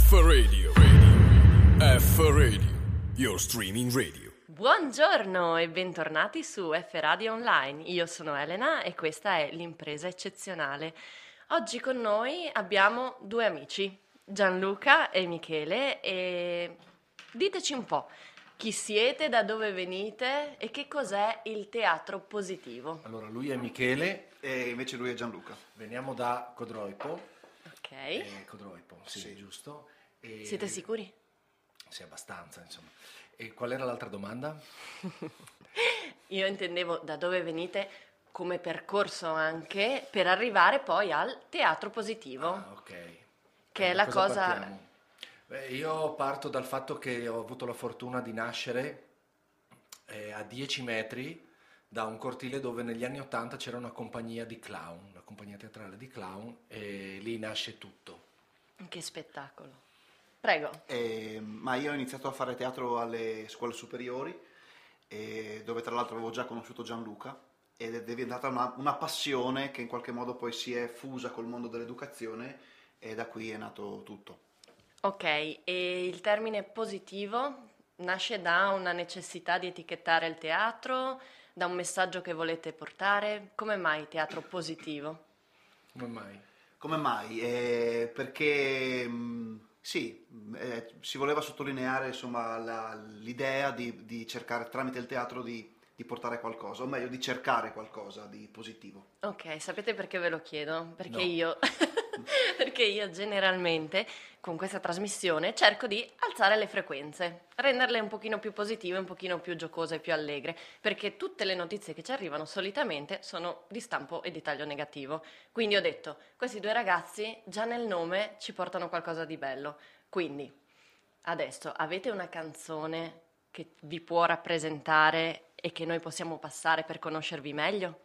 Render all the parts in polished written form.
F Radio. F Radio, your streaming radio. Buongiorno e bentornati su F Radio Online. Io sono Elena e questa è l'impresa eccezionale. Oggi con noi abbiamo due amici, Gianluca e Michele, e diteci un po' chi siete, da dove venite e che cos'è il teatro positivo. Allora, lui è Michele E invece lui è Gianluca. Veniamo da Codroipo. Ok. Codroipo, sì, giusto. E... Siete sicuri? Sì, abbastanza, insomma. E qual era l'altra domanda? Io intendevo da dove venite come percorso anche per arrivare poi al teatro positivo. Ah, ok. Che è Da la cosa... partiamo? Io parto dal fatto che ho avuto la fortuna di nascere a 10 metri da un cortile dove negli anni 80 c'era una compagnia di clown, una compagnia teatrale di clown, e lì nasce tutto. Che spettacolo. Prego. Ma io ho iniziato a fare teatro alle scuole superiori, dove tra l'altro avevo già conosciuto Gianluca, ed è diventata una passione che in qualche modo poi si è fusa col mondo dell'educazione e da qui è nato tutto. Ok, e il termine positivo nasce da una necessità di etichettare il teatro, da un messaggio che volete portare? Come mai teatro positivo? Come mai? Come mai? Perché si voleva sottolineare insomma l'idea di cercare tramite il teatro di portare qualcosa, o meglio di cercare qualcosa di positivo. Ok, sapete perché ve lo chiedo? Perché No. perché io generalmente con questa trasmissione cerco di alzare le frequenze, renderle un pochino più positive, un pochino più giocose e più allegre, perché tutte le notizie che ci arrivano solitamente sono di stampo e di taglio negativo. Quindi ho detto, questi due ragazzi già nel nome ci portano qualcosa di bello. Quindi, adesso avete una canzone che vi può rappresentare e che noi possiamo passare per conoscervi meglio?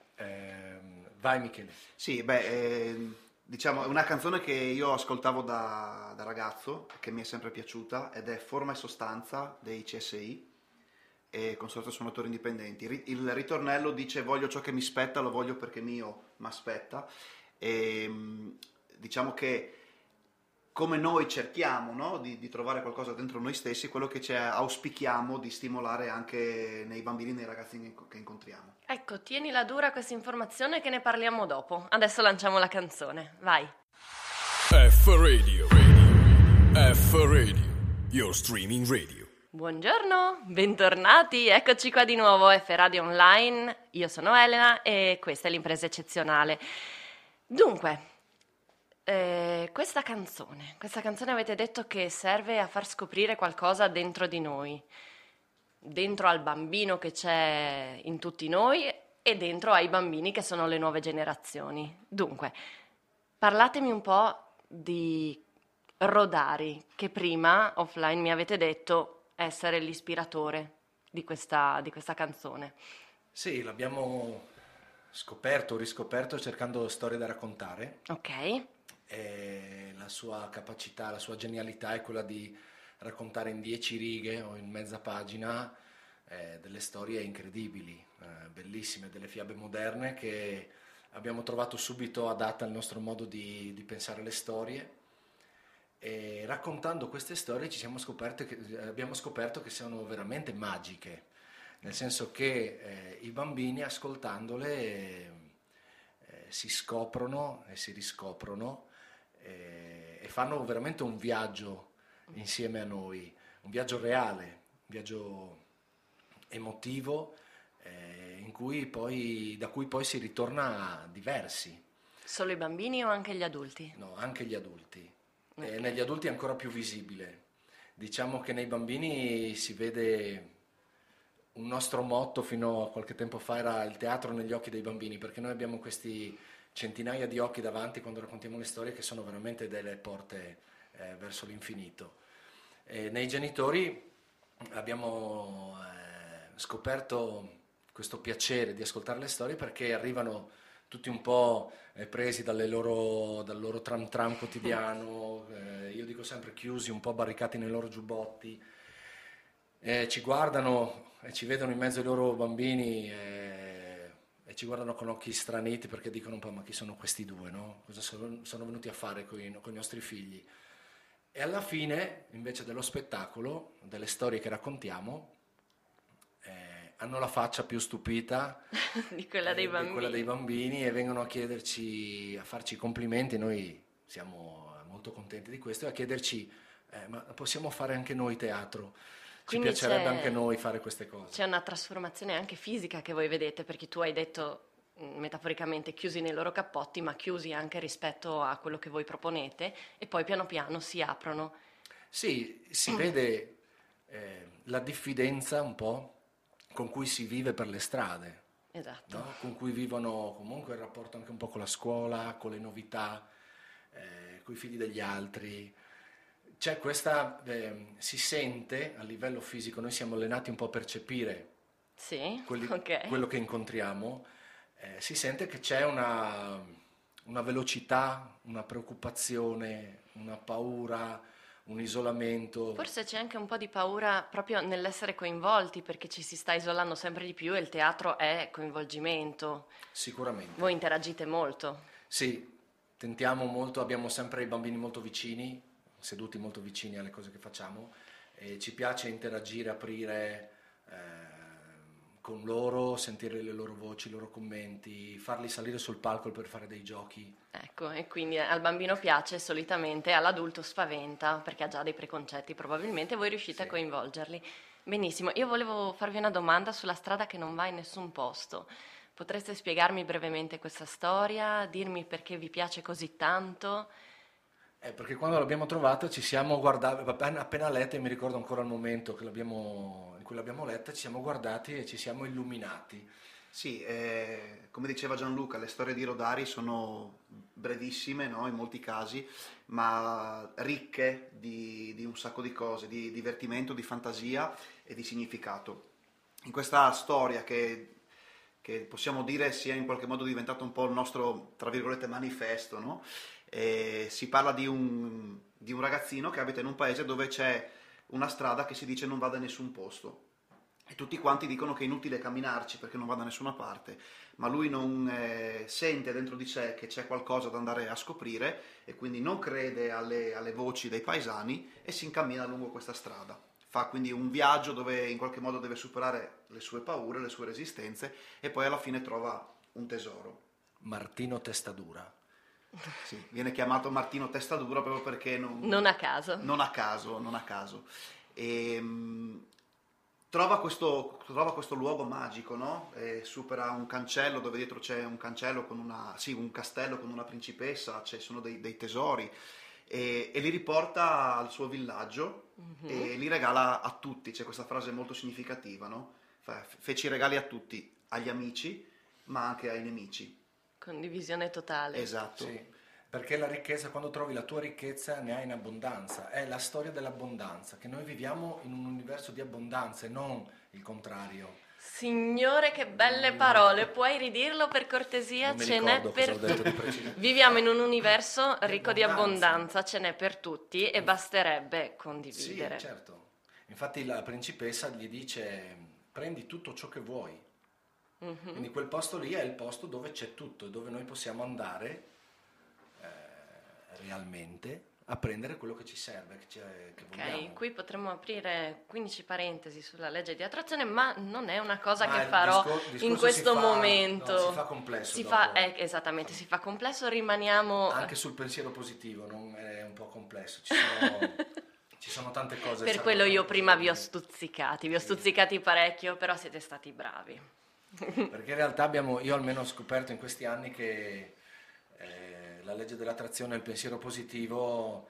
Vai Michele. Sì, diciamo è una canzone che io ascoltavo da ragazzo, che mi è sempre piaciuta, ed è Forma e Sostanza dei CSI, e Consorte Suonatori Indipendenti. Il ritornello dice: voglio ciò che mi spetta, lo voglio perché mio m'aspetta. E diciamo che come noi cerchiamo, no, di trovare qualcosa dentro noi stessi, quello che auspichiamo di stimolare anche nei bambini e nei ragazzi che incontriamo. Ecco, tienila dura questa informazione che ne parliamo dopo. Adesso lanciamo la canzone, vai. F Radio. F Radio, your streaming radio. Buongiorno, bentornati, eccoci qua di nuovo, F Radio Online. Io sono Elena e questa è l'impresa eccezionale. Dunque, questa canzone avete detto che serve a far scoprire qualcosa dentro di noi, dentro al bambino che c'è in tutti noi e dentro ai bambini che sono le nuove generazioni. Dunque, parlatemi un po' di Rodari, che prima offline mi avete detto essere l'ispiratore di questa canzone. Sì, l'abbiamo scoperto, riscoperto cercando storie da raccontare. Ok, E la sua capacità, la sua genialità è quella di raccontare in 10 righe o in mezza pagina delle storie incredibili, bellissime, delle fiabe moderne che abbiamo trovato subito adatte al nostro modo di pensare le storie, e raccontando queste storie abbiamo scoperto che sono veramente magiche, nel senso che i bambini ascoltandole si scoprono e si riscoprono e fanno veramente un viaggio insieme a noi, un viaggio reale, un viaggio emotivo, da cui poi si ritorna diversi. solo i bambini o anche gli adulti? No, anche gli adulti. Ok. Negli adulti è ancora più visibile. Diciamo che nei bambini si vede un nostro motto fino a qualche tempo fa, era il teatro negli occhi dei bambini, perché noi abbiamo questi centinaia di occhi davanti quando raccontiamo le storie, che sono veramente delle porte verso l'infinito. Nei genitori abbiamo scoperto questo piacere di ascoltare le storie, perché arrivano tutti un po' presi dal loro tram tram quotidiano, io dico sempre chiusi, un po' barricati nei loro giubbotti, ci guardano e ci vedono in mezzo ai loro bambini e ci guardano con occhi straniti, perché dicono un po': ma chi sono questi due, no? Cosa sono venuti a fare con i nostri figli? E alla fine, invece dello spettacolo, delle storie che raccontiamo, hanno la faccia più stupita di quella dei bambini. di quella dei bambini, e vengono a chiederci, a farci complimenti. Noi siamo molto contenti di questo, e a chiederci ma possiamo fare anche noi teatro? Ci Quindi piacerebbe anche noi fare queste cose. C'è una trasformazione anche fisica che voi vedete, perché tu hai detto metaforicamente chiusi nei loro cappotti, ma chiusi anche rispetto a quello che voi proponete, e poi piano piano si aprono. Sì, si vede la diffidenza un po' con cui si vive per le strade, Esatto. no? Con cui vivono comunque il rapporto anche un po' con la scuola, con le novità, con i figli degli altri. C'è questa, si sente a livello fisico, noi siamo allenati un po' a percepire Sì, ok. quello che incontriamo, si sente che c'è una velocità, una preoccupazione, una paura, un isolamento. Forse c'è anche un po' di paura proprio nell'essere coinvolti, perché ci si sta isolando sempre di più e il teatro è coinvolgimento. Sicuramente. Voi interagite molto. Sì, tentiamo molto, abbiamo sempre i bambini molto vicini, seduti molto vicini alle cose che facciamo, e ci piace interagire, aprire con loro, sentire le loro voci, i loro commenti, farli salire sul palco per fare dei giochi. Ecco, e quindi al bambino piace solitamente, all'adulto spaventa perché ha già dei preconcetti probabilmente, voi riuscite a coinvolgerli. Benissimo, io volevo farvi una domanda sulla strada che non va in nessun posto. Potreste spiegarmi brevemente questa storia, dirmi perché vi piace così tanto? Perché quando l'abbiamo trovata ci siamo guardati, appena letta, e mi ricordo ancora il momento in cui l'abbiamo letta, ci siamo guardati e ci siamo illuminati. Sì, come diceva Gianluca, le storie di Rodari sono brevissime, no, in molti casi, ma ricche di un sacco di cose, di divertimento, di fantasia e di significato. In questa storia che possiamo dire sia in qualche modo diventato un po' il nostro, tra virgolette, manifesto, no? Si parla di un ragazzino che abita in un paese dove c'è una strada che si dice non va da nessun posto, e tutti quanti dicono che è inutile camminarci perché non va da nessuna parte, ma lui non sente dentro di sé che c'è qualcosa da andare a scoprire, e quindi non crede alle voci dei paesani e si incammina lungo questa strada. Fa quindi un viaggio dove in qualche modo deve superare le sue paure, le sue resistenze, e poi alla fine trova un tesoro. Martino Testadura. Sì, viene chiamato Martino Testadura proprio perché Non a caso. non a caso. E, trova questo luogo magico, no? E supera un cancello dove dietro c'è un cancello con un castello con una principessa, ci sono dei tesori, e li riporta al suo villaggio e li regala a tutti. C'è questa frase molto significativa, no? Feci regali a tutti, agli amici ma anche ai nemici. Condivisione totale. Esatto. Sì, perché la ricchezza, quando trovi la tua ricchezza, ne hai in abbondanza. È la storia dell'abbondanza, che noi viviamo in un universo di abbondanza e non il contrario. Signore, che belle parole, puoi ridirlo per cortesia? Non mi Ce n'è ricordo cosa per ho detto di preciso. Viviamo in un universo ricco di abbondanza. abbondanza, ce n'è per tutti e basterebbe Sì, condividere. certo. Infatti la principessa gli dice: prendi tutto ciò che vuoi. Quindi quel posto lì è il posto dove c'è tutto, dove noi possiamo andare realmente a prendere quello che ci serve, che vogliamo. Ok, qui potremmo aprire 15 parentesi sulla legge di attrazione, ma non è una cosa Ma che il farò discorso in questo si fa- momento. no, si fa complesso Si dopo. fa, esattamente, si fa complesso, rimaniamo... Anche sul pensiero positivo non è un po' complesso, ci sono tante cose. Per quello io prima vi ho stuzzicati parecchio, però siete stati bravi. Perché in realtà io almeno ho scoperto in questi anni che la legge dell'attrazione e il pensiero positivo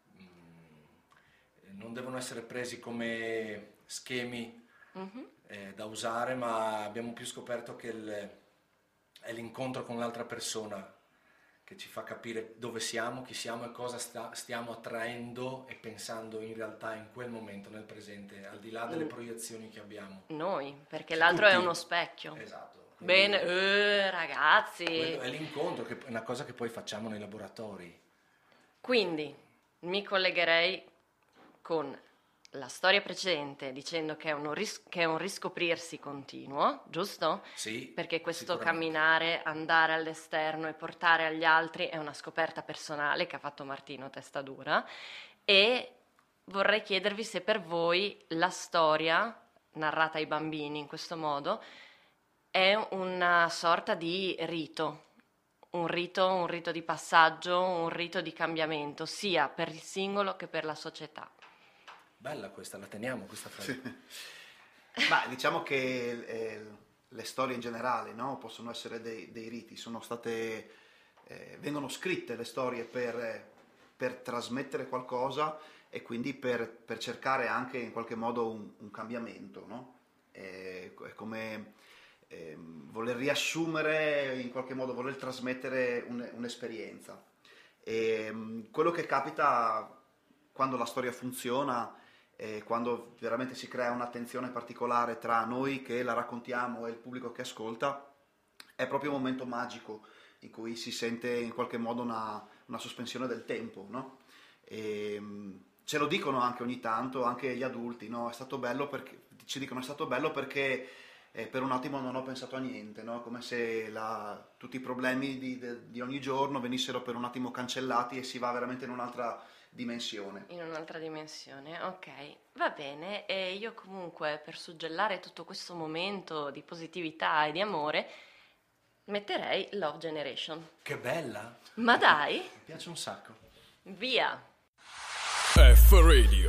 non devono essere presi come schemi da usare, ma abbiamo più scoperto che è l'incontro con l'altra persona che ci fa capire dove siamo, chi siamo e cosa stiamo attraendo e pensando in realtà in quel momento, nel presente, al di là delle proiezioni che abbiamo. Noi, perché Sì, l'altro è tutti. uno specchio. Esatto. Bene, ragazzi. Quello è l'incontro, che è una cosa che poi facciamo nei laboratori. Quindi mi collegherei con la storia precedente dicendo che è un riscoprirsi continuo, giusto? Sì, Perché questo sicuramente. camminare, andare all'esterno e portare agli altri è una scoperta personale che ha fatto Martino Testadura. e vorrei chiedervi se per voi la storia narrata ai bambini in questo modo è una sorta di rito, un rito di passaggio, un rito di cambiamento, sia per il singolo che per la società. Bella questa, la teniamo questa frase. Ma diciamo che le storie in generale, no, possono essere dei riti, sono state, vengono scritte le storie per trasmettere qualcosa e quindi per cercare anche in qualche modo un cambiamento, no? È come voler riassumere, in qualche modo voler trasmettere un'esperienza. Quello che capita quando la storia funziona, quando veramente si crea un'attenzione particolare tra noi che la raccontiamo e il pubblico che ascolta, è proprio un momento magico in cui si sente in qualche modo una sospensione del tempo, no? Ce lo dicono anche ogni tanto, anche gli adulti, no? È stato bello perché, ci dicono è stato bello perché per un attimo non ho pensato a niente, no? Come se tutti i problemi di ogni giorno venissero per un attimo cancellati e si va veramente in un'altra dimensione. In un'altra dimensione, ok, va bene. E io comunque, per suggellare tutto questo momento di positività e di amore, metterei Love Generation. Che bella! Ma dai, Mi piace un sacco. via! F Radio.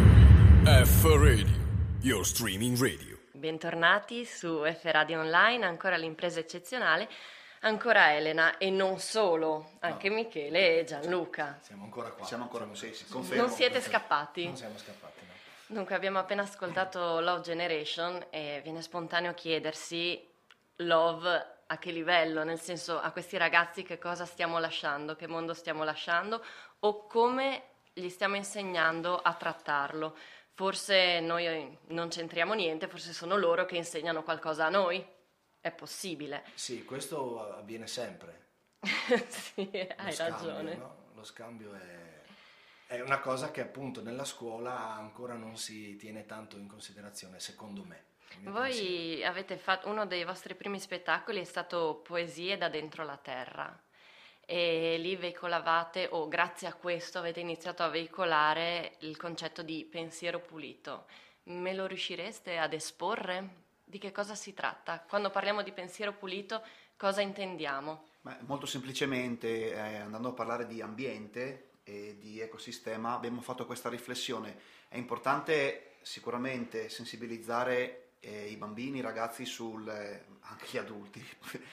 F Radio. Your streaming radio. Bentornati su F Radio Online, ancora l'impresa eccezionale, ancora Elena e non solo, anche Michele e Gianluca. Siamo ancora qua. Siamo ancora, sì, confermo. Non siete scappati? Non siamo scappati, no. Dunque abbiamo appena ascoltato Love Generation e viene spontaneo chiedersi love a che livello, nel senso a questi ragazzi che cosa stiamo lasciando, che mondo stiamo lasciando o come gli stiamo insegnando a trattarlo. Forse noi non c'entriamo niente, forse sono loro che insegnano qualcosa a noi. È possibile. Sì, questo avviene sempre. Sì, hai Scambio, ragione. no? Lo scambio è una cosa che appunto nella scuola ancora non si tiene tanto in considerazione, secondo me. Il mio pensiero. Voi avete fatto, uno dei vostri primi spettacoli è stato Poesie da dentro la terra e lì veicolavate, o grazie a questo avete iniziato a veicolare il concetto di pensiero pulito. Me lo riuscireste ad esporre? Di che cosa si tratta? Quando parliamo di pensiero pulito, cosa intendiamo? Molto semplicemente, andando a parlare di ambiente e di ecosistema, abbiamo fatto questa riflessione. È importante sicuramente sensibilizzare i bambini, i ragazzi, anche gli adulti,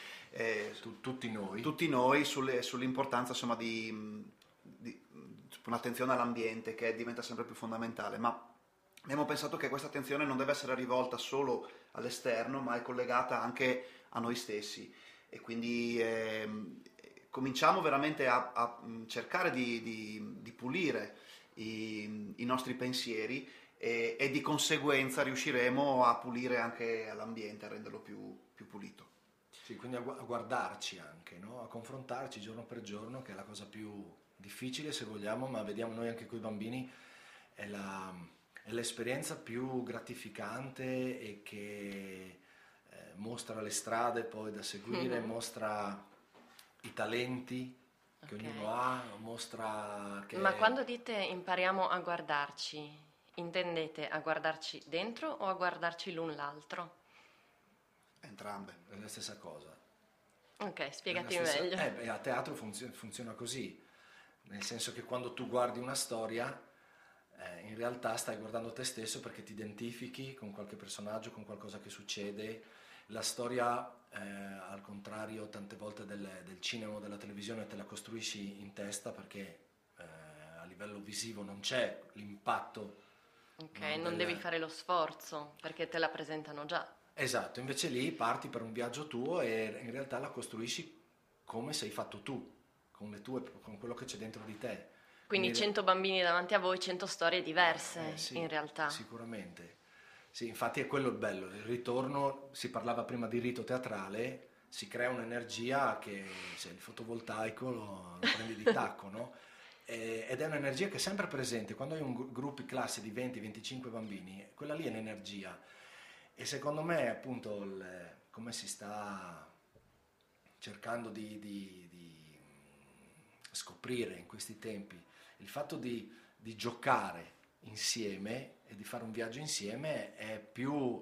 tutti noi sull'importanza insomma, di un'attenzione all'ambiente che diventa sempre più fondamentale, ma abbiamo pensato che questa attenzione non deve essere rivolta solo all'esterno, ma è collegata anche a noi stessi e quindi cominciamo veramente a cercare di pulire i nostri pensieri e di conseguenza riusciremo a pulire anche l'ambiente, a renderlo più pulito. Sì, quindi a guardarci anche, no? A confrontarci giorno per giorno, che è la cosa più difficile se vogliamo, ma vediamo noi anche con i bambini, è l'esperienza più gratificante e che mostra le strade poi da seguire, mostra i talenti che ognuno ha, mostra che... Ma quando dite impariamo a guardarci, intendete a guardarci dentro o a guardarci l'un l'altro? Entrambe. È la stessa cosa. Ok, spiegati È la stessa- meglio. A teatro funziona così, nel senso che quando tu guardi una storia, in realtà stai guardando te stesso perché ti identifichi con qualche personaggio, con qualcosa che succede. La storia, al contrario, tante volte del cinema o della televisione te la costruisci in testa perché a livello visivo non c'è l'impatto. Ok, No, non devi fare lo sforzo perché te la presentano già. Esatto, invece lì parti per un viaggio tuo e in realtà la costruisci come sei fatto tu, con quello che c'è dentro di te. Quindi 100 bambini davanti a voi, 100 storie diverse Sì, in realtà. Sicuramente. Sì, infatti è quello il bello, il ritorno, si parlava prima di rito teatrale, si crea un'energia che se il fotovoltaico lo prendi di tacco, no? Ed è un'energia che è sempre presente, quando hai un gruppo classe di 20-25 bambini, quella lì è l'energia. E secondo me appunto come si sta cercando di scoprire in questi tempi, il fatto di di giocare insieme e di fare un viaggio insieme è più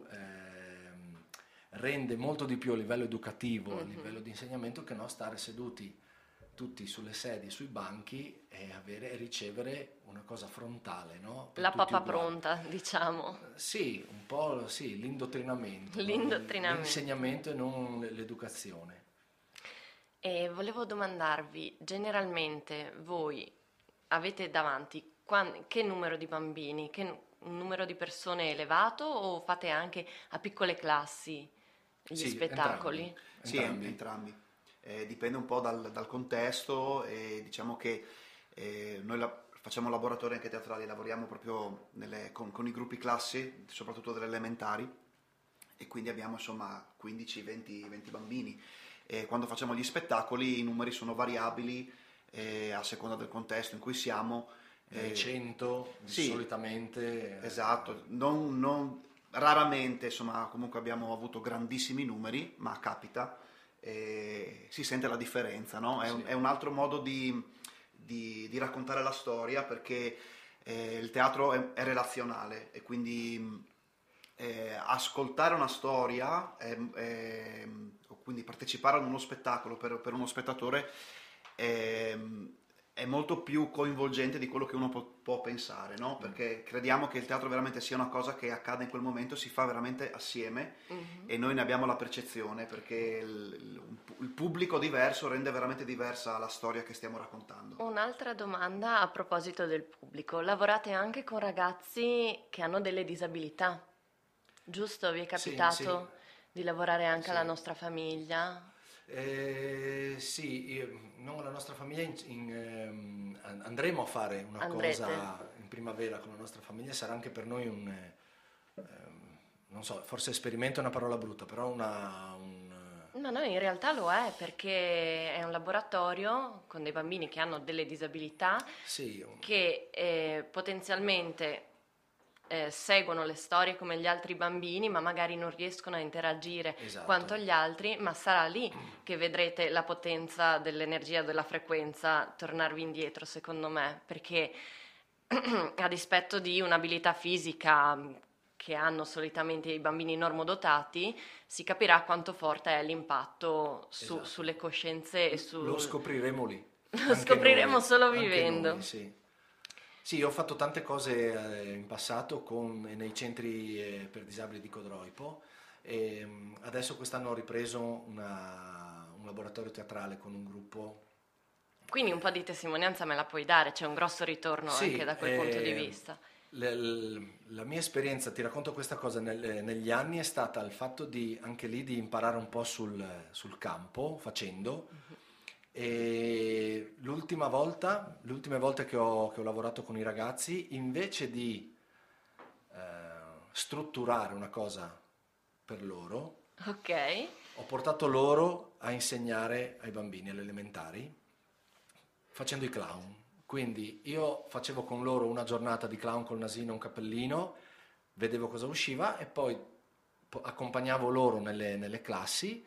rende molto di più a livello educativo, a livello di insegnamento, che no stare seduti tutti sulle sedie, sui banchi e ricevere una cosa frontale, no? Per La tutti pappa uguali. pronta, diciamo. Sì, un po' sì, l'indottrinamento, no? L'indottrinamento. L'insegnamento e non l'educazione. E volevo domandarvi, generalmente voi avete davanti che numero di bambini, un numero di persone elevato, o fate anche a piccole classi gli Sì, spettacoli? Sì, entrambi. Dipende un po' dal contesto, e diciamo che noi facciamo laboratori anche teatrali, lavoriamo proprio con i gruppi classi, soprattutto delle elementari, e quindi abbiamo insomma 15-20 bambini. E quando facciamo gli spettacoli i numeri sono variabili a seconda del contesto in cui siamo. 100 sì, solitamente. Esatto, non raramente, insomma, comunque abbiamo avuto grandissimi numeri, ma capita. Si sente la differenza, no? Sì. È un altro modo di raccontare la storia, perché il teatro è relazionale, e quindi ascoltare una storia o quindi partecipare ad uno spettacolo per uno spettatore è molto più coinvolgente di quello che uno può pensare, no? Perché crediamo che il teatro veramente sia una cosa che accade in quel momento, si fa veramente assieme, e noi ne abbiamo la percezione, perché il pubblico diverso rende veramente diversa la storia che stiamo raccontando. Un'altra domanda a proposito del pubblico. Lavorate anche con ragazzi che hanno delle disabilità, giusto? Vi è capitato di lavorare anche alla nostra famiglia? Sì, non la nostra famiglia, andremo a fare una cosa in primavera con la nostra famiglia, sarà anche per noi non so, forse esperimento è una parola brutta, però No, in realtà lo è, perché è un laboratorio con dei bambini che hanno delle disabilità, sì, che potenzialmente seguono le storie come gli altri bambini, ma magari non riescono a interagire quanto gli altri, ma sarà lì che vedrete la potenza dell'energia, della frequenza tornarvi indietro, secondo me, perché a dispetto di un'abilità fisica che hanno solitamente i bambini normodotati, si capirà quanto forte è l'impatto sulle coscienze e lo scopriremo lì. Lo scopriremo noi, solo vivendo. Noi, sì. Sì, ho fatto tante cose in passato nei centri per disabili di Codroipo, e adesso quest'anno ho ripreso un laboratorio teatrale con un gruppo. Quindi un po' di testimonianza me la puoi dare, c'è un grosso ritorno anche da quel punto di vista. La mia esperienza, ti racconto questa cosa, negli anni è stata il fatto anche lì di imparare un po' sul campo, facendo. E le ultime volte che ho lavorato con i ragazzi, invece di strutturare una cosa per loro, ho portato loro a insegnare ai bambini alle elementari facendo i clown. Quindi io facevo con loro una giornata di clown col nasino e un cappellino, vedevo cosa usciva e poi accompagnavo loro nelle classi.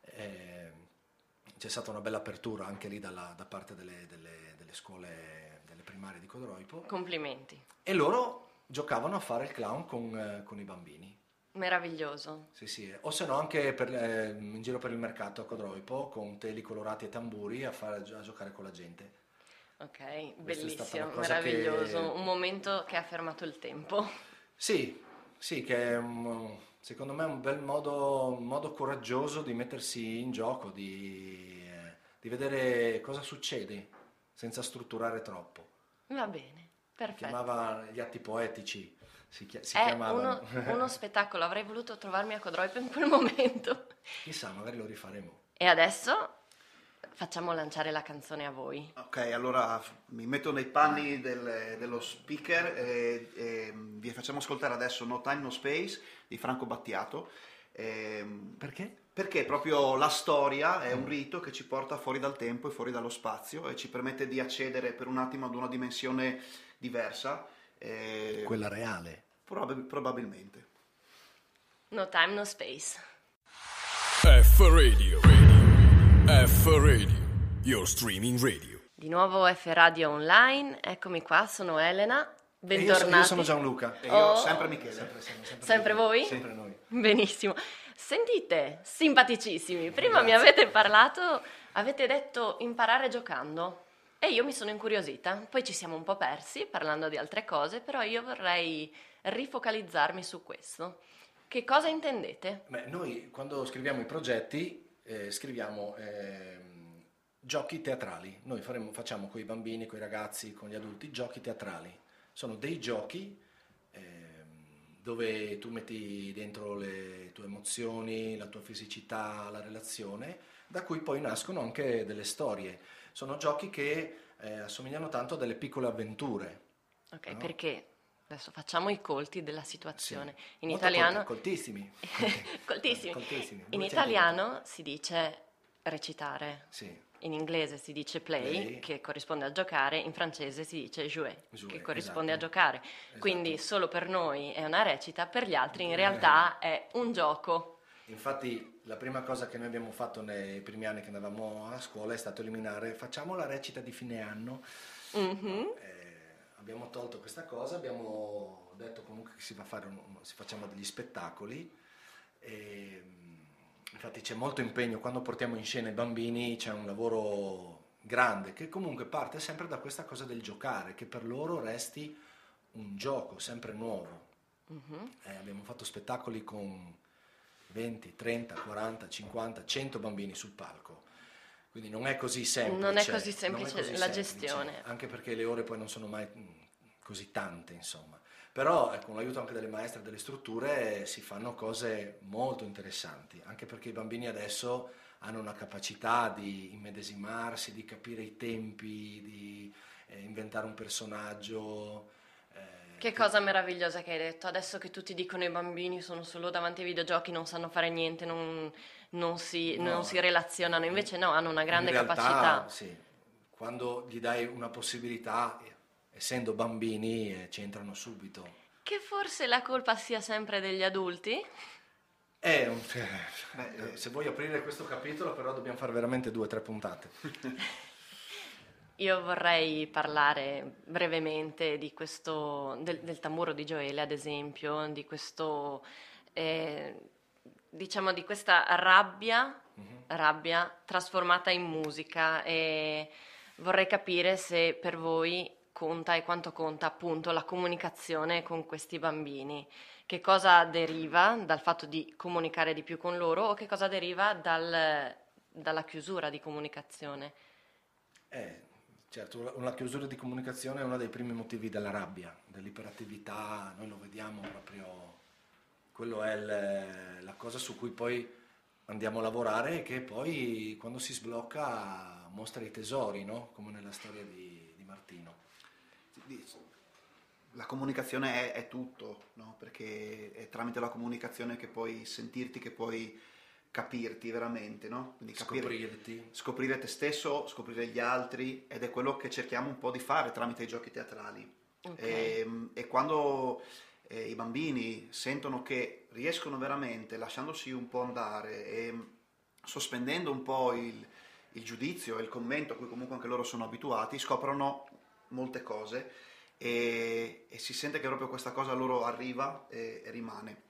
C'è stata una bella apertura anche lì da parte delle scuole, delle primarie di Codroipo. Complimenti. E loro giocavano a fare il clown con i bambini. Meraviglioso. Sì. O se no anche in giro per il mercato a Codroipo con teli colorati e tamburi a giocare con la gente. Ok, Questa bellissimo, meraviglioso. Un momento che ha fermato il tempo. Sì, che è secondo me è un bel modo coraggioso di mettersi in gioco, di vedere cosa succede senza strutturare troppo. Va bene, perfetto. Si chiamava gli atti poetici, si chiamavano. Uno spettacolo, avrei voluto trovarmi a Codroipo in quel momento. Chissà, magari lo rifaremo. E adesso facciamo lanciare la canzone a voi. Ok, allora mi metto nei panni dello speaker e vi facciamo ascoltare adesso No Time No Space di Franco Battiato. Perché? Perché proprio la storia è un rito che ci porta fuori dal tempo e fuori dallo spazio e ci permette di accedere per un attimo ad una dimensione diversa. Quella reale. Probabilmente. No Time No Space. F Radio. F Radio, your streaming radio. Di nuovo F Radio Online, eccomi qua, sono Elena, E bentornati. io sono Gianluca. E io Oh. sempre Michele. Sempre voi? Sempre noi. Benissimo. Sentite, simpaticissimi, prima mi Grazie. avete parlato, avete detto imparare giocando e io mi sono incuriosita, poi ci siamo un po' persi parlando di altre cose, però io vorrei rifocalizzarmi su questo. Che cosa intendete? Beh, noi quando scriviamo i progetti scriviamo giochi teatrali. Noi facciamo con i bambini, con i ragazzi, con gli adulti giochi teatrali. Sono dei giochi dove tu metti dentro le tue emozioni, la tua fisicità, la relazione, da cui poi nascono anche delle storie. Sono giochi che assomigliano tanto a delle piccole avventure. Ok, No? perché adesso facciamo i colti della situazione. Sì. In Molto italiano coltissimi. coltissimi. Coltissimi. In 200 italiano si dice recitare. Sì. In inglese si dice play, Play. che corrisponde a giocare, in francese si dice jouer, Jouer, che corrisponde esatto. a giocare. Esatto. Quindi solo per noi è una recita, per gli altri in realtà è un gioco. Infatti la prima cosa che noi abbiamo fatto nei primi anni che andavamo a scuola è stato eliminare, facciamo la recita di fine anno. Mhm. Abbiamo tolto questa cosa, abbiamo detto comunque che si facciamo degli spettacoli. Infatti c'è molto impegno, quando portiamo in scena i bambini c'è un lavoro grande che comunque parte sempre da questa cosa del giocare, che per loro resti un gioco sempre nuovo. Mhm. Abbiamo fatto spettacoli con 20, 30, 40, 50, 100 bambini sul palco, quindi non è così semplice. Non è così non è semplice così la semplice, gestione. anche perché le ore poi non sono mai così tante, insomma. Però con l'aiuto anche delle maestre e delle strutture si fanno cose molto interessanti, anche perché i bambini adesso hanno una capacità di immedesimarsi, di capire i tempi, di inventare un personaggio. Che cosa meravigliosa che hai detto. Adesso che tutti dicono i bambini sono solo davanti ai videogiochi, non sanno fare niente, non si relazionano, invece no, hanno una grande In realtà, capacità. sì, quando gli dai una possibilità, essendo bambini, ci entrano subito. Che forse la colpa sia sempre degli adulti? Se vuoi aprire questo capitolo, però dobbiamo fare veramente 2 o 3 puntate. Io vorrei parlare brevemente di questo, del tamburo di Gioele, ad esempio, di questo, diciamo, di questa rabbia trasformata in musica, e vorrei capire se per voi conta e quanto conta appunto la comunicazione con questi bambini. Che cosa deriva dal fatto di comunicare di più con loro o che cosa deriva dalla chiusura di comunicazione? Certo, una chiusura di comunicazione è uno dei primi motivi della rabbia, dell'iperattività, noi lo vediamo proprio, quello è la cosa su cui poi andiamo a lavorare e che poi quando si sblocca mostra i tesori, no? Come nella storia di Martino. La comunicazione è tutto, no? Perché è tramite la comunicazione che puoi sentirti, che puoi capirti veramente, no? Quindi scoprire te stesso, scoprire gli altri, ed è quello che cerchiamo un po' di fare tramite i giochi teatrali. Okay. E quando i bambini sentono che riescono veramente, lasciandosi un po' andare e sospendendo un po' il giudizio e il commento a cui comunque anche loro sono abituati, scoprono molte cose e si sente che proprio questa cosa loro arriva e rimane.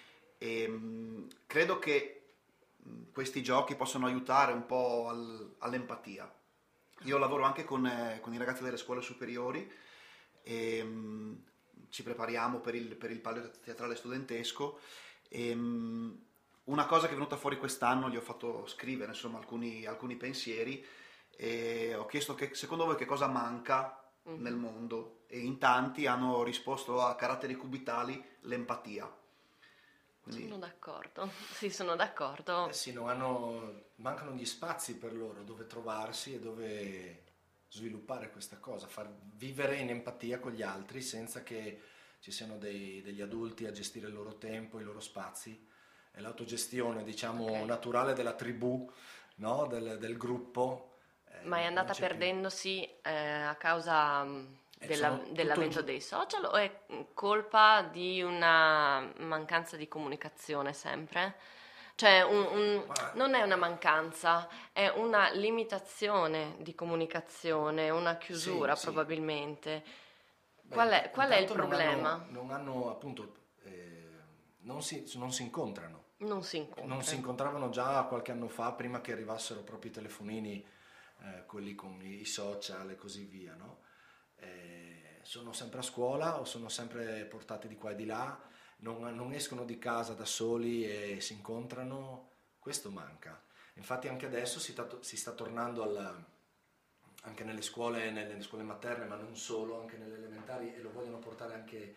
Credo che questi giochi possono aiutare un po' all'empatia. Io lavoro anche con i ragazzi delle scuole superiori e ci prepariamo per il palio teatrale studentesco e una cosa che è venuta fuori quest'anno, gli ho fatto scrivere insomma alcuni pensieri e ho chiesto che secondo voi che cosa manca nel mondo, e in tanti hanno risposto a caratteri cubitali l'empatia. Quindi... Sono d'accordo, sì, sono d'accordo. Sì, mancano gli spazi per loro dove trovarsi e dove sviluppare questa cosa, far vivere in empatia con gli altri senza che ci siano degli adulti a gestire il loro tempo, i loro spazi. È l'autogestione, diciamo, Ok. naturale della tribù, no? del gruppo. Ma è andata non c'è più. perdendosi a causa sono dell'avvento tutto- dei social o è colpa di una mancanza di comunicazione sempre? Cioè non è una mancanza, è una limitazione di comunicazione, una chiusura Sì. probabilmente. Beh, Qual è il intanto problema? non hanno appunto, non si incontrano. Non si Non si incontra. incontravano già qualche anno fa, prima che arrivassero proprio i telefonini, quelli con i social e così via, no? Sono sempre a scuola o sono sempre portati di qua e di là, non escono di casa da soli e si incontrano, questo manca. Infatti anche adesso si sta tornando anche nelle scuole materne, ma non solo, anche nelle elementari, e lo vogliono portare anche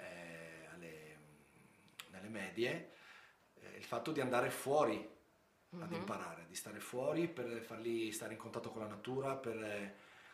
nelle medie, il fatto di andare fuori ad imparare, di stare fuori per farli stare in contatto con la natura, per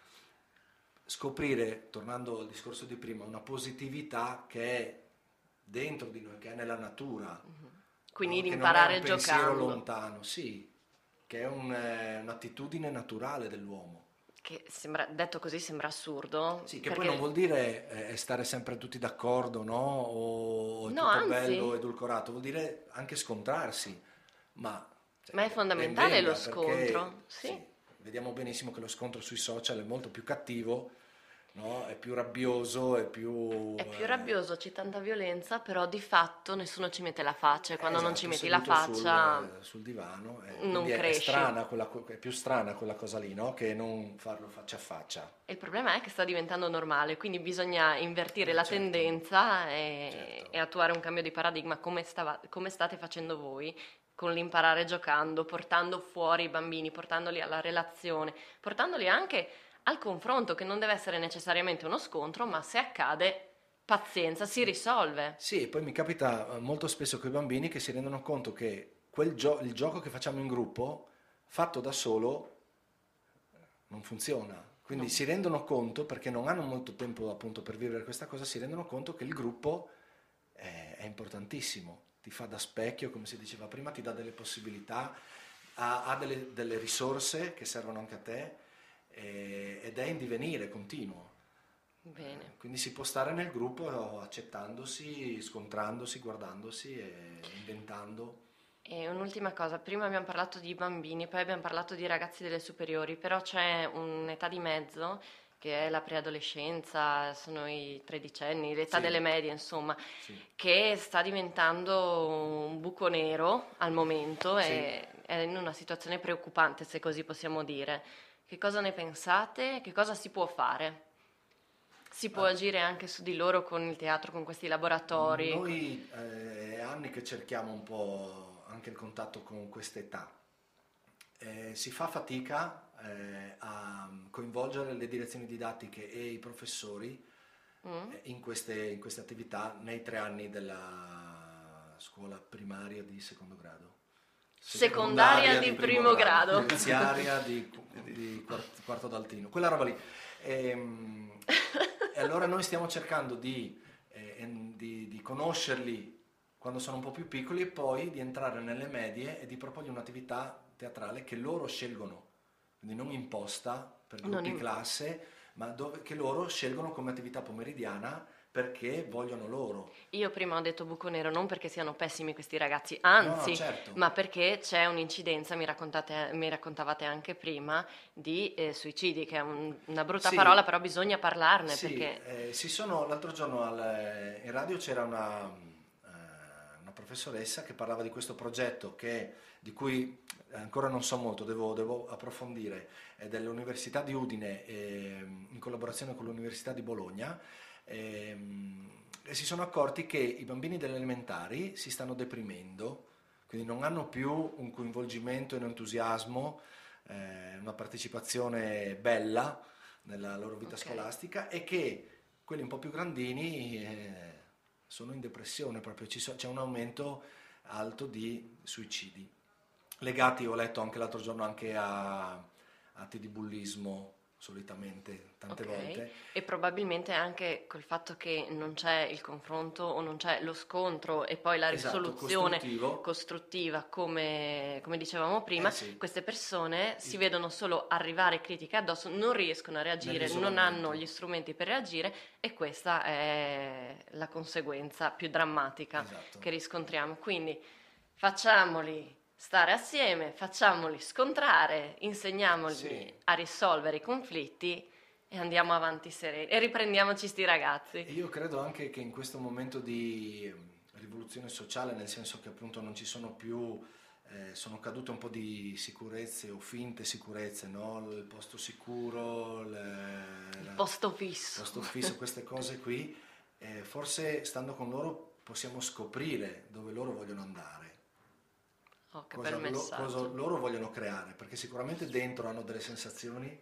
scoprire, tornando al discorso di prima, una positività che è dentro di noi, che è nella natura. Quindi No? di Che imparare non è un pensiero giocando. lontano, sì, che è un'attitudine naturale dell'uomo. Che sembra, detto così sembra assurdo. Sì, che perché poi non vuol dire stare sempre tutti d'accordo, no? O è No, tutto anzi. bello, edulcorato, vuol dire anche scontrarsi, ma, cioè, Ma è fondamentale ben venga, lo scontro, perché, sì. vediamo benissimo che lo scontro sui social è molto più cattivo, no? È più rabbioso, è più... È più rabbioso, c'è tanta violenza, però di fatto nessuno ci mette la faccia e quando non ci esatto, metti la seduto faccia sul divano, non quindi è cresci. strana è più strana quella cosa lì, no? Che non farlo faccia a faccia. E il problema è che sta diventando normale, quindi bisogna invertire la Certo. tendenza Certo. e attuare un cambio di paradigma come state facendo voi con l'imparare giocando, portando fuori i bambini, portandoli alla relazione, portandoli anche al confronto, che non deve essere necessariamente uno scontro, ma se accade, pazienza, si risolve. Sì, e poi mi capita molto spesso con i bambini che si rendono conto che il gioco che facciamo in gruppo, fatto da solo, non funziona. Quindi No. si rendono conto, perché non hanno molto tempo appunto per vivere questa cosa, si rendono conto che il gruppo è importantissimo, ti fa da specchio, come si diceva prima, ti dà delle possibilità, ha delle risorse che servono anche a te, ed è in divenire continuo. Bene. Quindi si può stare nel gruppo accettandosi, scontrandosi, guardandosi e inventando. E un'ultima cosa, prima abbiamo parlato di bambini, poi abbiamo parlato di ragazzi delle superiori, però c'è un'età di mezzo che è la preadolescenza, sono i tredicenni, l'età Sì. delle medie, insomma, Sì. che sta diventando un buco nero al momento Sì. e è in una situazione preoccupante, se così possiamo dire. Che cosa ne pensate? Che cosa si può fare? Si può agire anche su di loro con il teatro, con questi laboratori? Noi è anni che cerchiamo un po' anche il contatto con questa età. Si fa fatica a coinvolgere le direzioni didattiche e i professori in queste attività nei 3 anni della scuola primaria di secondo grado. Secondaria di primo grado. Iniziaria di quarto d'altino, quella roba lì. E allora noi stiamo cercando di conoscerli quando sono un po' più piccoli e poi di entrare nelle medie e di proporgli un'attività teatrale che loro scelgono, quindi non imposta per gruppi classe, ma che loro scelgono come attività pomeridiana perché vogliono loro. Io prima ho detto buco nero non perché siano pessimi questi ragazzi, anzi, No, certo. ma perché c'è un'incidenza, mi raccontavate anche prima, di suicidi, che è una brutta Sì. parola, però bisogna parlarne Sì, perché... l'altro giorno in radio c'era una professoressa che parlava di questo progetto di cui ancora non so molto, devo approfondire, è dell'Università di Udine in collaborazione con l'Università di Bologna, e si sono accorti che i bambini delle elementari si stanno deprimendo, quindi non hanno più un coinvolgimento e un entusiasmo, una partecipazione bella nella loro vita scolastica, e che quelli un po' più grandini sono in depressione proprio, c'è un aumento alto di suicidi, legati, ho letto anche l'altro giorno, anche a atti di bullismo, solitamente, tante volte. E probabilmente anche col fatto che non c'è il confronto o non c'è lo scontro e poi la risoluzione costruttiva come dicevamo prima, sì. Queste persone si vedono solo arrivare critiche addosso, non riescono a reagire, non hanno gli strumenti per reagire, e questa è la conseguenza più drammatica che riscontriamo. Quindi facciamoli stare assieme, facciamoli scontrare, insegniamogli Sì. a risolvere i conflitti e andiamo avanti sereni e riprendiamoci sti E ragazzi. io credo anche che in questo momento di rivoluzione sociale, nel senso che appunto non ci sono più, sono cadute un po' di sicurezze o finte sicurezze, no? Il posto sicuro, Il posto fisso. posto fisso, queste cose qui, forse stando con loro possiamo scoprire dove loro vogliono andare. Oh, che Cosa, bel cosa messaggio. loro vogliono creare, perché sicuramente dentro hanno delle sensazioni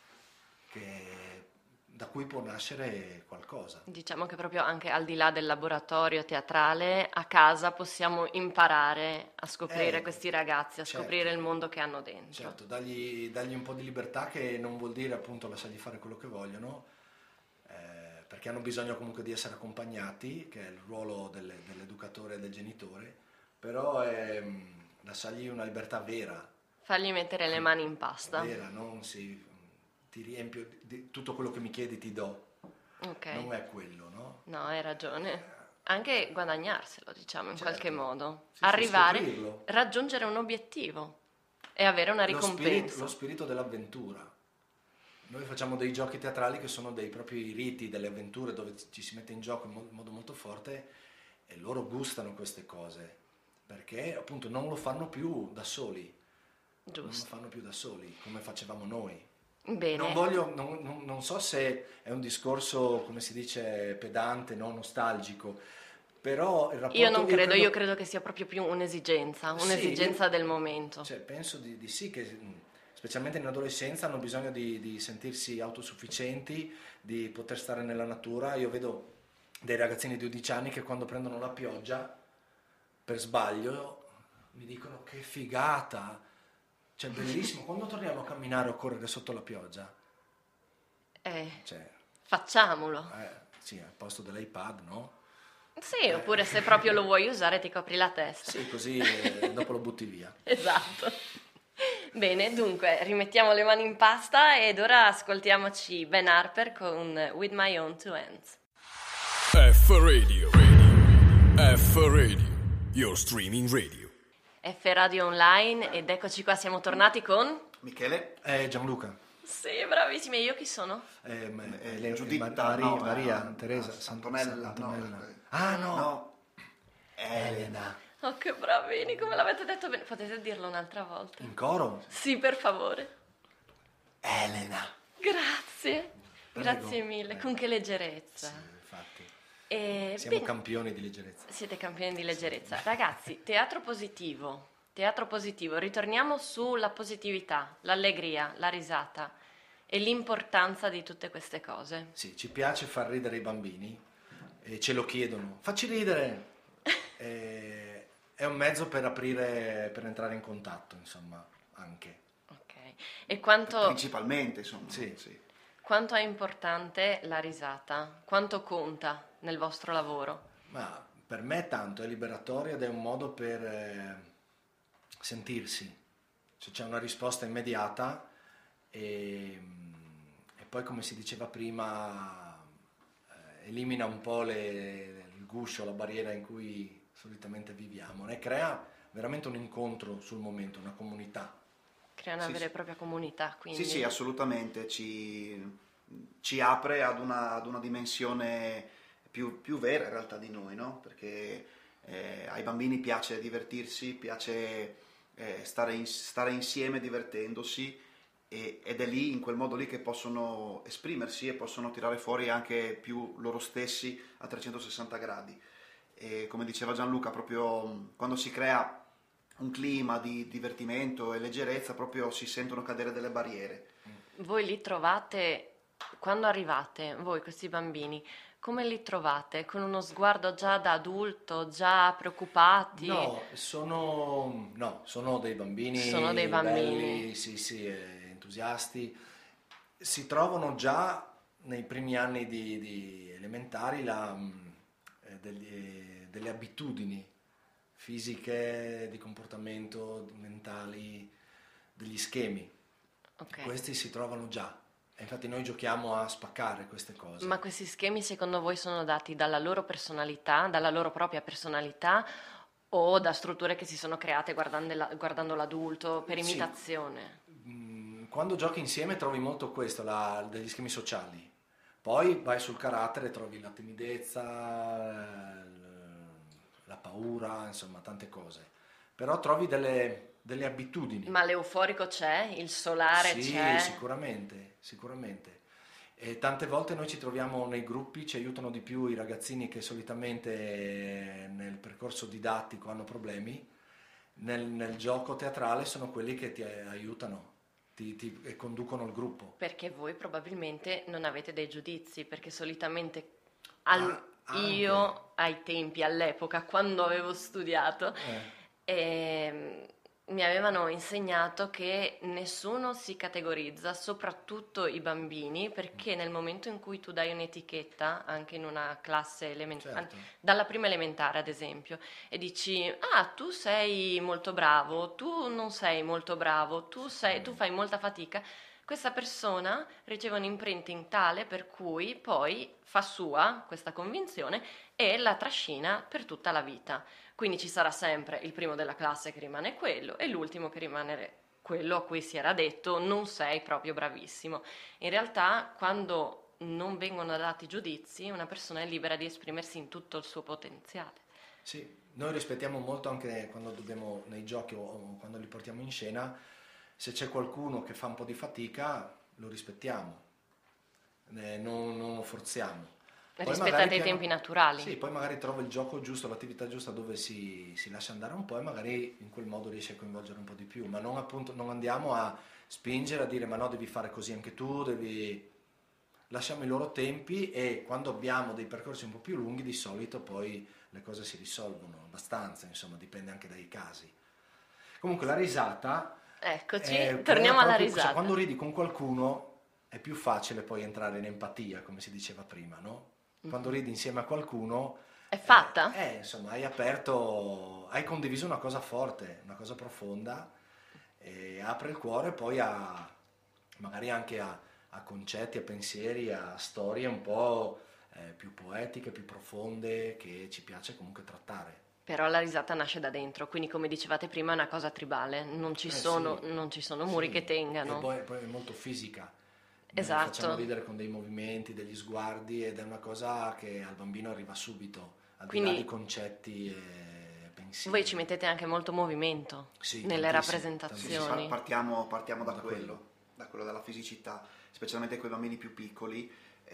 da cui può nascere qualcosa. Diciamo che proprio anche al di là del laboratorio teatrale, a casa possiamo imparare a scoprire questi ragazzi, a certo. scoprire il mondo che hanno dentro. Certo, dargli un po' di libertà, che non vuol dire appunto lasciargli fare quello che vogliono, perché hanno bisogno comunque di essere accompagnati, che è il ruolo dell'educatore e del genitore, però è lasciargli una libertà vera, Fargli mettere le mani in pasta. vera, non ti riempio di tutto quello che mi chiedi ti do, Ok. non è quello, no? No, hai ragione. Anche guadagnarselo, diciamo, in Certo. qualche modo. Sì, sì, Arrivare, scoprirlo. raggiungere un obiettivo e avere una Lo ricompensa. spirito dell'avventura. Noi facciamo dei giochi teatrali che sono dei propri riti, delle avventure dove ci si mette in gioco in modo molto forte, e loro gustano queste cose, perché appunto non lo fanno più da soli, non lo Giusto. fanno più da soli come facevamo noi. Bene. Non so se è un discorso, come si dice, pedante, no? Nostalgico, però il rapporto... Io non credo, io credo che sia proprio più un'esigenza, Sì, un'esigenza del momento. Cioè, penso di sì, che specialmente in adolescenza hanno bisogno di sentirsi autosufficienti, di poter stare nella natura. Io vedo dei ragazzini di 12 anni che quando prendono la pioggia, per sbaglio, mi dicono che figata, cioè bellissimo, quando torniamo a camminare o correre sotto la pioggia? Cioè, Facciamolo. sì, al posto dell'iPad, no? Sì, oppure se proprio lo vuoi usare ti copri la testa. Sì, così dopo lo butti via. Esatto. Bene, dunque, rimettiamo le mani in pasta ed ora ascoltiamoci Ben Harper con With My Own Two Hands. F Radio. F Radio. Your streaming radio. F Radio Online ed eccoci qua, siamo tornati con... Michele? Gianluca. Sì, bravissimi, e io chi sono? Giuditta, Maria, no, Teresa, Antonella, Antonella. no. Ah no, No. Elena. Oh, che bravini, come l'avete detto bene. Potete dirlo un'altra volta? in coro. Sì, per favore. Elena. Grazie. Prego. Grazie mille, con che leggerezza. Sì, infatti, E siamo bene, campioni di leggerezza. siete campioni di leggerezza. Ragazzi, teatro positivo, ritorniamo sulla positività, l'allegria, la risata e l'importanza di tutte queste cose. Sì, ci piace far ridere i bambini e ce lo chiedono. Facci ridere. È un mezzo per entrare in contatto, insomma, anche. Ok. E quanto Principalmente, insomma. Sì. è importante la risata? Quanto conta nel vostro lavoro? Ma per me tanto, è liberatorio ed è un modo per sentirsi. Cioè, c'è una risposta immediata e poi, come si diceva prima, elimina un po' il guscio, la barriera in cui solitamente viviamo, ne crea veramente un incontro sul momento, una comunità. Crea una Sì, vera e sì. propria comunità, quindi. Sì, assolutamente, ci apre ad una dimensione più vera in realtà di noi, no? Perché ai bambini piace divertirsi, piace stare insieme divertendosi, ed è lì, in quel modo lì, che possono esprimersi e possono tirare fuori anche più loro stessi a 360 gradi. E come diceva Gianluca, proprio quando si crea un clima di divertimento e leggerezza, proprio si sentono cadere delle barriere. Voi li trovate, quando arrivate, voi questi bambini, come li trovate? Con uno sguardo già da adulto, già preoccupati? No, sono dei bambini. Sono dei bambini. Belli, sì, entusiasti. Si trovano già nei primi anni di elementari delle abitudini fisiche, di comportamento, mentali, degli schemi. Ok. Questi si trovano già. E infatti noi giochiamo a spaccare queste cose. Ma questi schemi secondo voi sono dati dalla loro personalità, dalla loro propria personalità, O da strutture che si sono create guardando l'adulto per Sì. imitazione. Quando giochi insieme trovi molto questo, degli schemi sociali. Poi vai sul carattere, trovi la timidezza, la paura, insomma, tante cose. Però trovi delle abitudini. Ma l'euforico c'è? Il solare Sì, c'è? sicuramente, sicuramente. E tante volte noi ci troviamo nei gruppi, ci aiutano di più i ragazzini che solitamente nel percorso didattico hanno problemi, nel gioco teatrale sono quelli che ti aiutano, e conducono il gruppo. Perché voi probabilmente non avete dei giudizi, perché solitamente Anche. io ai tempi, all'epoca, quando avevo studiato, mi avevano insegnato che nessuno si categorizza, soprattutto i bambini, perché nel momento in cui tu dai un'etichetta, anche in una classe elementare, Certo. dalla prima elementare ad esempio, e dici, ah, tu sei molto bravo, tu non sei molto bravo, tu fai molta fatica, questa persona riceve un imprinting tale per cui poi fa sua questa convinzione e la trascina per tutta la vita. Quindi ci sarà sempre il primo della classe che rimane quello e l'ultimo che rimane quello a cui si era detto non sei proprio bravissimo. In realtà, quando non vengono dati giudizi, una persona è libera di esprimersi in tutto il suo potenziale. Sì, noi rispettiamo molto anche quando dobbiamo nei giochi o quando li portiamo in scena, se c'è qualcuno che fa un po' di fatica lo rispettiamo, non lo forziamo. Poi Rispettate magari i tempi naturali. Sì, poi magari trova il gioco giusto, l'attività giusta dove si lascia andare un po' e magari in quel modo riesce a coinvolgere un po' di più, ma non appunto non andiamo a spingere a dire ma no, devi fare così anche tu, lasciamo i loro tempi e quando abbiamo dei percorsi un po' più lunghi di solito poi le cose si risolvono abbastanza, insomma, dipende anche dai casi. Comunque la risata Eccoci, torniamo alla proprio, risata. quando ridi con qualcuno è più facile poi entrare in empatia, come si diceva prima, no? Quando ridi insieme a qualcuno È fatta? insomma, hai condiviso una cosa forte, una cosa profonda, e apre il cuore poi magari anche a concetti, a pensieri, a storie un po' più poetiche, più profonde, che ci piace comunque trattare. Però la risata nasce da dentro, quindi come dicevate prima è una cosa tribale, non ci sono muri Sì, che tengano. E poi è molto fisica. Noi Esatto. facciamo ridere con dei movimenti, degli sguardi ed è una cosa che al bambino arriva subito, al di là Quindi di concetti e pensieri. voi ci mettete anche molto movimento Sì, nelle tantissimo, rappresentazioni. Sì, partiamo da Da quello della fisicità, specialmente con i bambini più piccoli,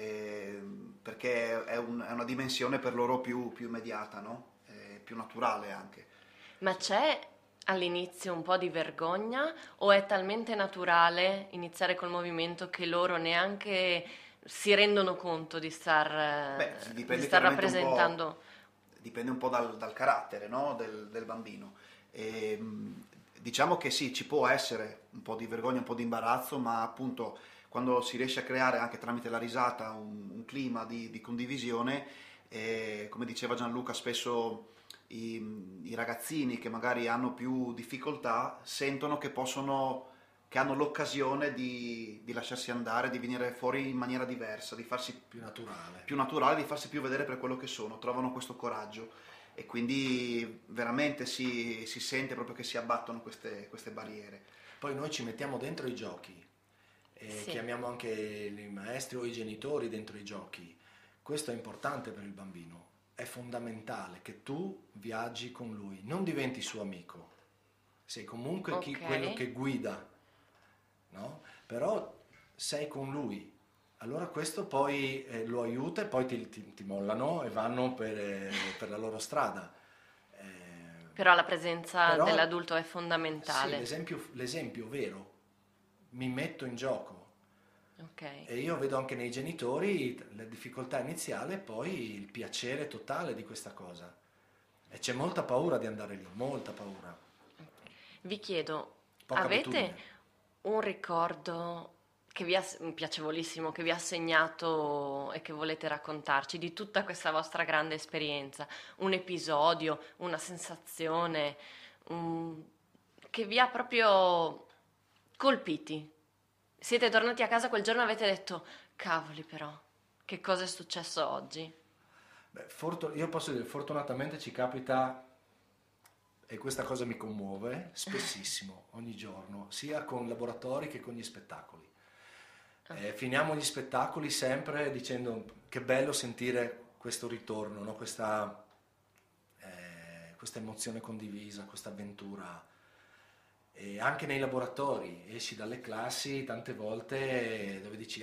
perché è una dimensione per loro più immediata, no? Più naturale anche. Ma c'è all'inizio un po' di vergogna o è talmente naturale iniziare col movimento che loro neanche si rendono conto di star, Beh, dipende di star chiaramente rappresentando? dipende un po' dal carattere, no? del bambino. Diciamo che sì, ci può essere un po' di vergogna, un po' di imbarazzo, ma appunto quando si riesce a creare anche tramite la risata un clima di condivisione, come diceva Gianluca, spesso i ragazzini che magari hanno più difficoltà sentono che hanno l'occasione di lasciarsi andare, di venire fuori in maniera diversa, di farsi più naturale. più naturale, di farsi più vedere per quello che sono, trovano questo coraggio e quindi veramente si sente proprio che si abbattono queste barriere. Poi noi ci mettiamo dentro i giochi, Sì. chiamiamo anche i maestri o i genitori dentro i giochi. Questo è importante per il bambino, è fondamentale che tu viaggi con lui, non diventi suo amico, sei comunque Ok. quello che guida, no? Però sei con lui, allora questo poi lo aiuta e poi ti mollano e vanno per la loro strada. Però la presenza Però- dell'adulto è Sì, fondamentale. l'esempio vero, mi metto in gioco. Ok. E io vedo anche nei genitori la difficoltà iniziale e poi il piacere totale di questa cosa. E c'è molta paura di andare lì, molta paura. Vi chiedo, Poca avete abitudine. un ricordo che piacevolissimo, che vi ha segnato e che volete raccontarci di tutta questa vostra grande esperienza? Un episodio, una sensazione che vi ha proprio colpiti? Siete tornati a casa quel giorno e avete detto, cavoli però, che cosa è successo oggi? Beh, io posso dire, fortunatamente ci capita e questa cosa mi commuove spessissimo, ogni giorno, sia con laboratori che con gli spettacoli. Finiamo gli spettacoli sempre dicendo che bello sentire questo ritorno, no? Questa emozione condivisa, questa avventura. E anche nei laboratori, esci dalle classi tante volte dove dici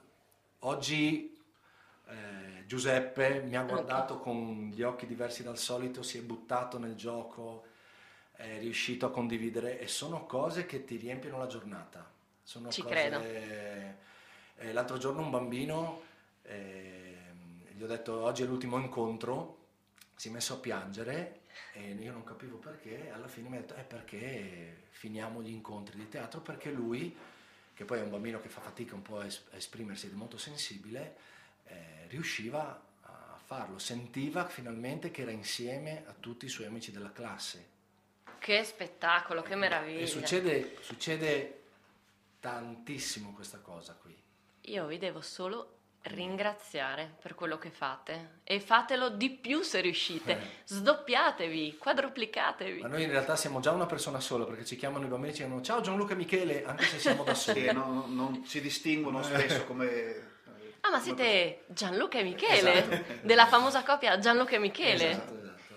oggi Giuseppe mi ha guardato con gli occhi diversi dal solito, si è buttato nel gioco, è riuscito a condividere, e sono cose che ti riempiono la giornata. Sono Ci cose... credo. L'altro giorno un bambino, gli ho detto oggi è l'ultimo incontro, si è messo a piangere e io non capivo perché, alla fine mi ha detto perché finiamo gli incontri di teatro, perché lui, che poi è un bambino che fa fatica un po' a esprimersi ed è molto sensibile, riusciva a farlo, sentiva finalmente che era insieme a tutti i suoi amici della classe. Che spettacolo, che meraviglia. E succede tantissimo questa cosa qui. Io vi devo solo ringraziare per quello che fate, e fatelo di più se riuscite, sdoppiatevi, quadruplicatevi. Ma noi in realtà siamo già una persona sola, perché ci chiamano i bambini e ci dicono ciao Gianluca e Michele, anche se siamo da soli. Sì, non si distinguono spesso come... Ma siete Gianluca e Michele, della famosa coppia Gianluca e Michele. Esatto.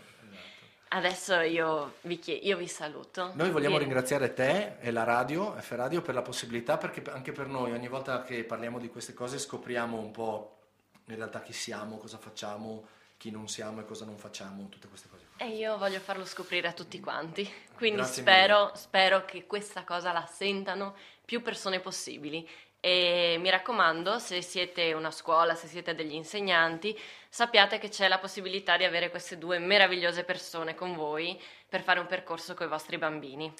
Adesso io vi saluto. Noi vogliamo ringraziare te e la radio, F Radio, per la possibilità, perché anche per noi ogni volta che parliamo di queste cose scopriamo un po' in realtà chi siamo, cosa facciamo, chi non siamo e cosa non facciamo, tutte queste cose. E io voglio farlo scoprire a tutti quanti, quindi Grazie spero che questa cosa la sentano più persone possibili. E mi raccomando, se siete una scuola, se siete degli insegnanti, sappiate che c'è la possibilità di avere queste due meravigliose persone con voi per fare un percorso con i vostri bambini.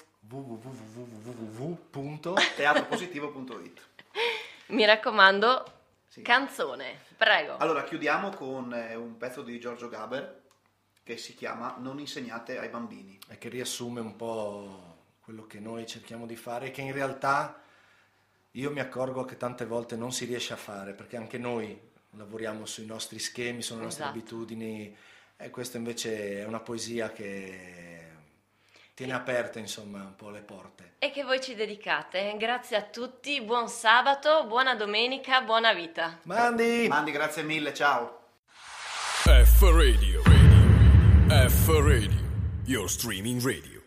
www.teatropositivo.it. Mi raccomando, Sì. Canzone, prego. Allora, chiudiamo con un pezzo di Giorgio Gaber che si chiama Non insegnate ai bambini. E che riassume un po' quello che noi cerchiamo di fare, che in realtà io mi accorgo che tante volte non si riesce a fare, perché anche noi lavoriamo sui nostri schemi, sulle nostre abitudini, e questo invece è una poesia che tiene aperte, insomma, un po' le porte. E che voi ci dedicate. Grazie a tutti, buon sabato, buona domenica, buona vita. Mandi, grazie mille, ciao! F Radio. F Radio, your streaming radio.